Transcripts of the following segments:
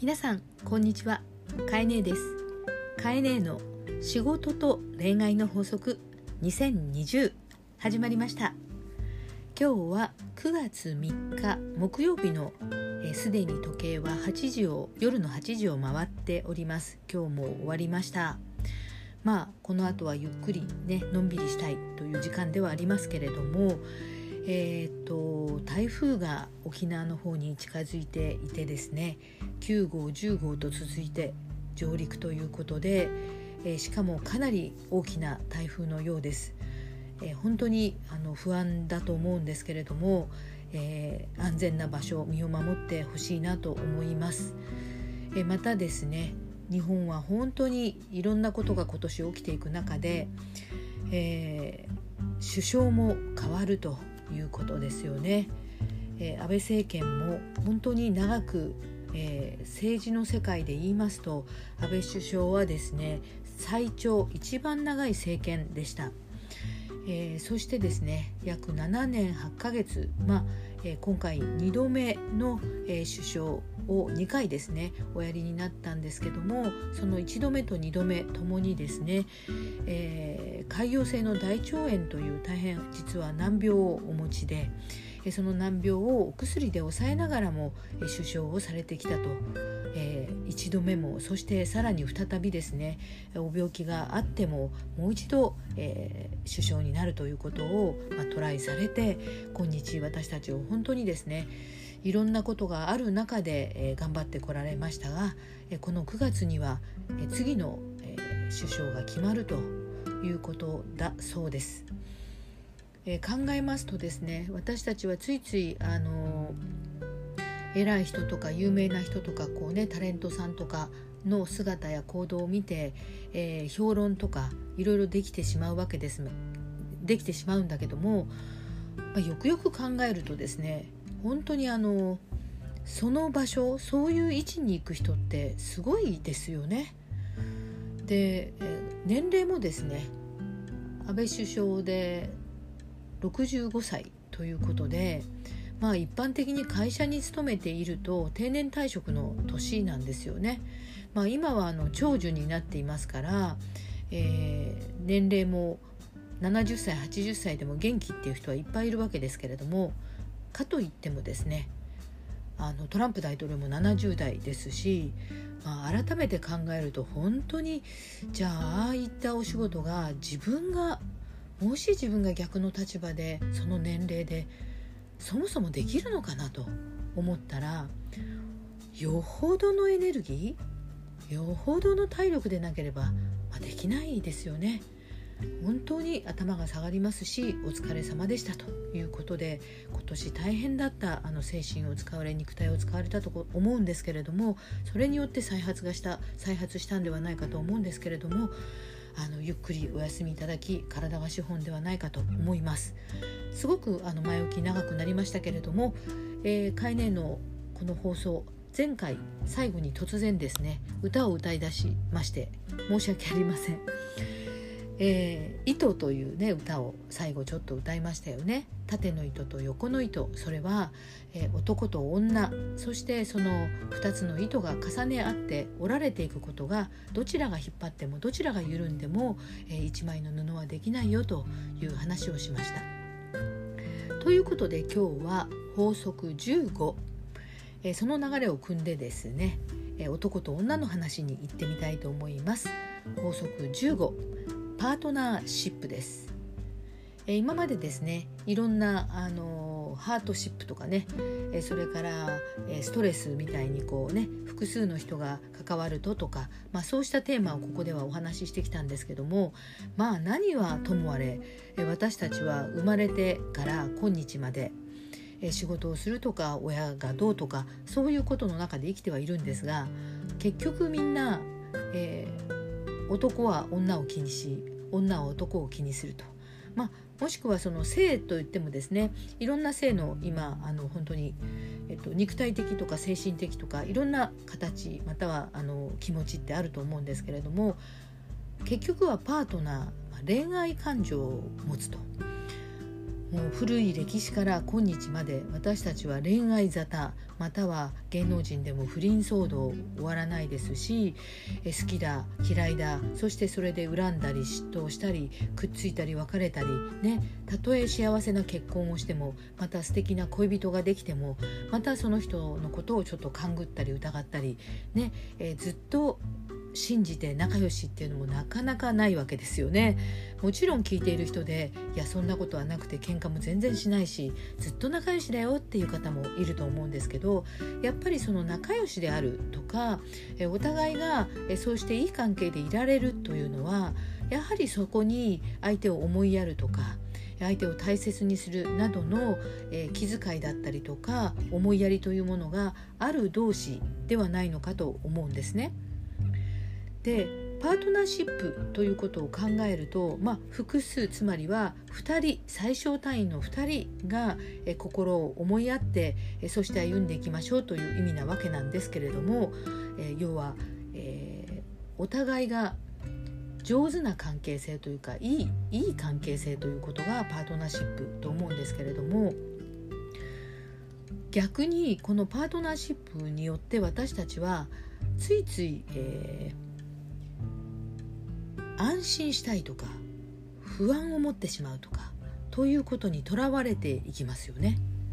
皆さんこんにちは。かえねえです。かえねえの仕事と恋愛の法則2020始まりました。今日は9月3日木曜日のすでに時計は夜の8時を回っております。今日も終わりました。この後はゆっくりねのんびりしたいという時間ではありますけれども、台風が沖縄の方に近づいていてですね、9号10号と続いて上陸ということで、しかもかなり大きな台風のようです。本当に不安だと思うんですけれども、安全な場所身を守ってほしいなと思います。またですね、日本は本当にいろんなことが今年起きていく中で、首相も変わるということですよね。安倍政権も本当に長く、政治の世界で言いますと安倍首相はですね最長一番長い政権でした。そしてですね約7年8ヶ月、今回2度目の、首相を2回ですねおやりになったんですけども、その1度目と2度目ともにですね、潰瘍性の大腸炎という大変実は難病をお持ちで、その難病をお薬で抑えながらも首相をされてきたと、1度目もそしてさらに再びですねお病気があってももう一度、首相になるということを、トライされて今日私たちを本当にですねいろんなことがある中で、頑張ってこられましたが、この9月には、次の、首相が決まるということだそうです。考えますとですね、私たちはついつい偉い人とか有名な人とかタレントさんとかの姿や行動を見て、評論とかいろいろできてしまうわけです。できてしまうんだけども、よくよく考えるとですね、本当にその場所そういう位置に行く人ってすごいですよね。で、年齢もですね安倍首相で65歳ということで、一般的に会社に勤めていると定年退職の年なんですよね。今は長寿になっていますから、年齢も70歳80歳でも元気っていう人はいっぱいいるわけですけれども、かといってもですねトランプ大統領も70代ですし、改めて考えると本当にじゃあああいったお仕事がもし自分が逆の立場でその年齢でそもそもできるのかなと思ったら、よほどのエネルギーよほどの体力でなければ、できないですよね。本当に頭が下がりますし、お疲れ様でしたということで、今年大変だった精神を使われ肉体を使われたと思うんですけれども、それによって再発したんではないかと思うんですけれども、ゆっくりお休みいただき体が資本ではないかと思います。すごく前置き長くなりましたけれども、かえねえのこの放送前回最後に突然ですね歌を歌い出しまして申し訳ありません。糸というね歌を最後ちょっと歌いましたよね。縦の糸と横の糸、それは、男と女、そしてその2つの糸が重ね合って折られていくことが、どちらが引っ張ってもどちらが緩んでも、一枚の布はできないよという話をしました。ということで今日は法則15、その流れを組んでですね、男と女の話に行ってみたいと思います。法則15、パートナーシップです。今までですねいろんなハートシップとかね、それからストレスみたいに複数の人が関わるとか、そうしたテーマをここではお話ししてきたんですけども、何はともあれ私たちは生まれてから今日まで仕事をするとか親がどうとかそういうことの中で生きてはいるんですが、結局みんな、男は女を気にし女は男を気にすると、もしくはその性といってもですねいろんな性の今本当に、肉体的とか精神的とかいろんな形または気持ちってあると思うんですけれども、結局はパートナー、恋愛感情を持つと、 もう古い歴史から今日まで私たちは恋愛沙汰または芸能人でも不倫騒動終わらないですし、好きだ嫌いだ、そしてそれで恨んだり嫉妬したりくっついたり別れたりね、たとえ幸せな結婚をしてもまた素敵な恋人ができてもまたその人のことをちょっと勘ぐったり疑ったりね、ずっと信じて仲良しっていうのもなかなかないわけですよね。もちろん聞いている人でいやそんなことはなくて喧嘩も全然しないしずっと仲良しだよっていう方もいると思うんですけど、やっぱりその仲良しであるとかお互いがそうしていい関係でいられるというのはやはりそこに相手を思いやるとか相手を大切にするなどの気遣いだったりとか思いやりというものがある同士ではないのかと思うんですね。でパートナーシップということを考えると、複数つまりは2人最小単位の2人が心を思い合ってそして歩んでいきましょうという意味なわけなんですけれども、要は、お互いが上手な関係性というかいい関係性ということがパートナーシップと思うんですけれども、逆にこのパートナーシップによって私たちはついつい、安心したいとか不安を持ってしまうとかということにとらわれていきますよね。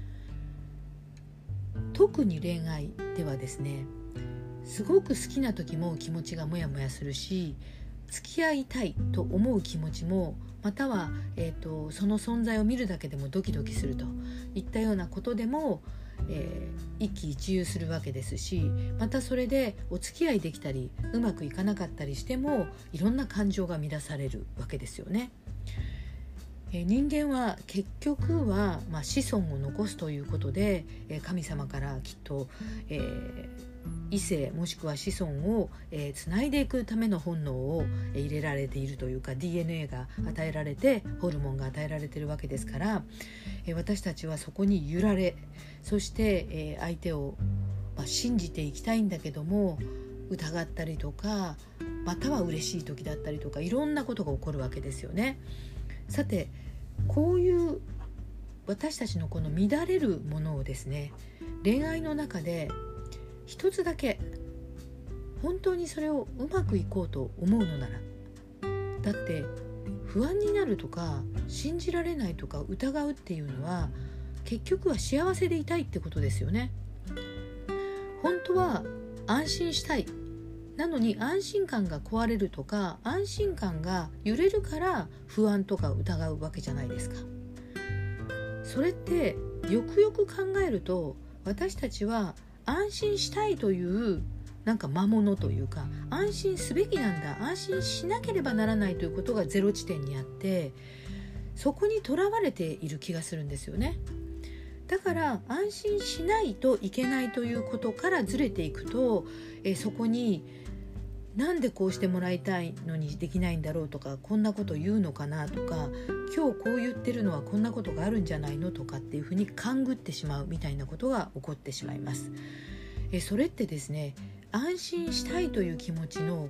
特に恋愛ではですね、すごく好きな時も気持ちがモヤモヤするし、付き合いたいと思う気持ちもまたは、その存在を見るだけでもドキドキするといったようなことでも一喜一憂するわけですし、またそれでお付き合いできたりうまくいかなかったりしてもいろんな感情が乱されるわけですよね。人間は結局は、子孫を残すということで神様からきっと、異性もしくは子孫をつないでいくための本能を入れられているというか DNA が与えられてホルモンが与えられているわけですから、私たちはそこに揺られ、そして相手を信じていきたいんだけども疑ったりとかまたは嬉しい時だったりとかいろんなことが起こるわけですよね。さてこういう私たちのこの乱れるものをですね、恋愛の中で一つだけ本当にそれをうまくいこうと思うのなら、だって不安になるとか信じられないとか疑うっていうのは結局は幸せでいたいってことですよね。本当は安心したい、なのに安心感が壊れるとか安心感が揺れるから不安とか疑うわけじゃないですか。それってよくよく考えると私たちは安心したいというなんか魔物というか安心すべきなんだ、安心しなければならないということがゼロ地点にあってそこにとらわれている気がするんですよね。だから安心しないといけないということからずれていくと、そこになんでこうしてもらいたいのにできないんだろうとかこんなこと言うのかなとか今日こう言ってるのはこんなことがあるんじゃないのとかっていうふうに勘ぐってしまうみたいなことが起こってしまいます。それってですね、安心したいという気持ちの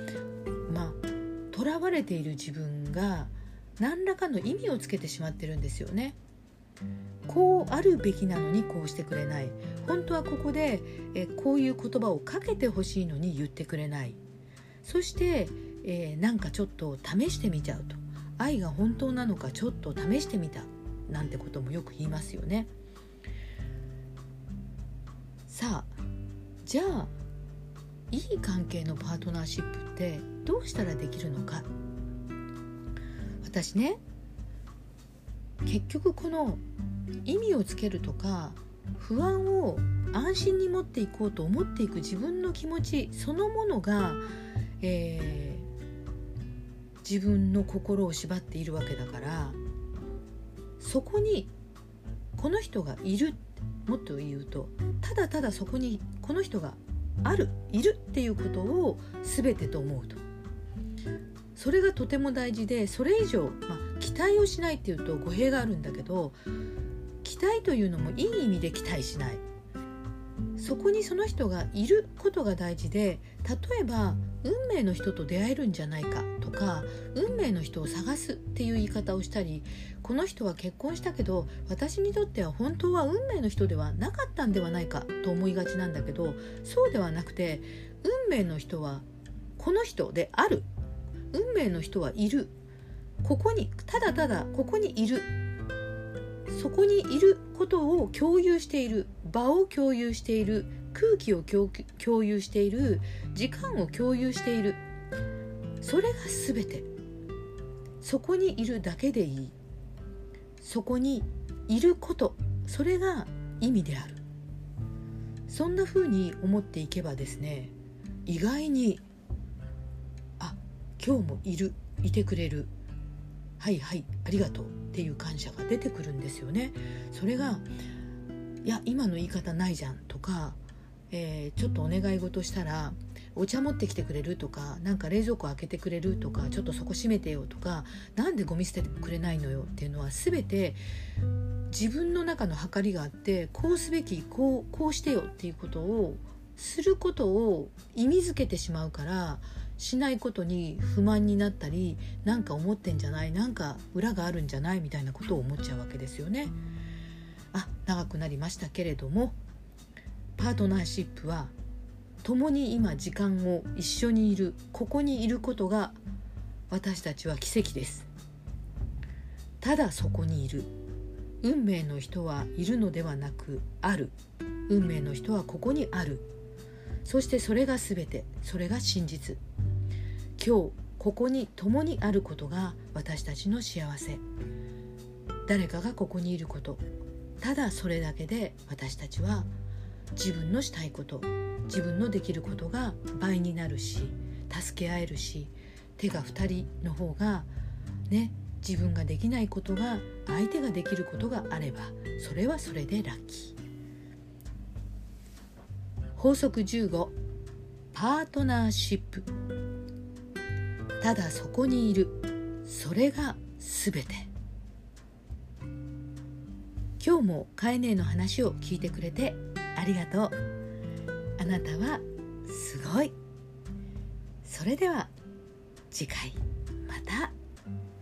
とらわれている自分が何らかの意味をつけてしまってるんですよね。こうあるべきなのにこうしてくれない、本当はここでこういう言葉をかけてほしいのに言ってくれない、そして、なんかちょっと試してみちゃうと、愛が本当なのかちょっと試してみたなんてこともよく言いますよね。さあじゃあいい関係のパートナーシップってどうしたらできるのか。私ね、結局この意味をつけるとか不安を安心に持っていこうと思っていく自分の気持ちそのものが、自分の心を縛っているわけだから、そこにこの人がいる、もっと言うとただただそこにこの人がいるっていうことを全てと思うと、それがとても大事で、それ以上、期待をしないっていうと語弊があるんだけど、期待というのもいい意味で期待しない、 そこにその人がいることが大事で、例えば運命の人と出会えるんじゃないかとか、運命の人を探すっていう言い方をしたり、この人は結婚したけど私にとっては本当は運命の人ではなかったんではないかと思いがちなんだけど、そうではなくて、運命の人はこの人である、運命の人はいる、ここにただただここにいる、そこにいることを共有している、場を共有している、空気を共有している、時間を共有している、それが全て。そこにいるだけでいい。そこにいること、それが意味である。そんな風に思っていけばですね、意外に今日もいてくれる、はいはいありがとうっていう感謝が出てくるんですよね。それがいや今の言い方ないじゃんとか、ちょっとお願い事したらお茶持ってきてくれるとか、なんか冷蔵庫開けてくれるとか、ちょっとそこ閉めてよとか、なんでゴミ捨ててくれないのよっていうのは全て自分の中の計りがあって、こうすべき、こうしてよっていうことをすることを意味づけてしまうから、しないことに不満になったり、なんか思ってんじゃない、なんか裏があるんじゃないみたいなことを思っちゃうわけですよね。長くなりましたけれども、パートナーシップは共に今時間を一緒にいる、ここにいることが私たちは奇跡です。ただそこにいる。運命の人はいるのではなくある。運命の人はここにある。そしてそれが全て、それが真実。今日ここに共にあることが私たちの幸せ。誰かがここにいること、ただそれだけで私たちは自分のしたいこと、自分のできることが倍になるし、助け合えるし、手が2人の方がね、自分ができないことが相手ができることがあれば、それはそれでラッキー。法則15、パートナーシップ。ただそこにいる、それがすべて。今日もカエネの話を聞いてくれてありがとう。あなたはすごい。それでは次回また。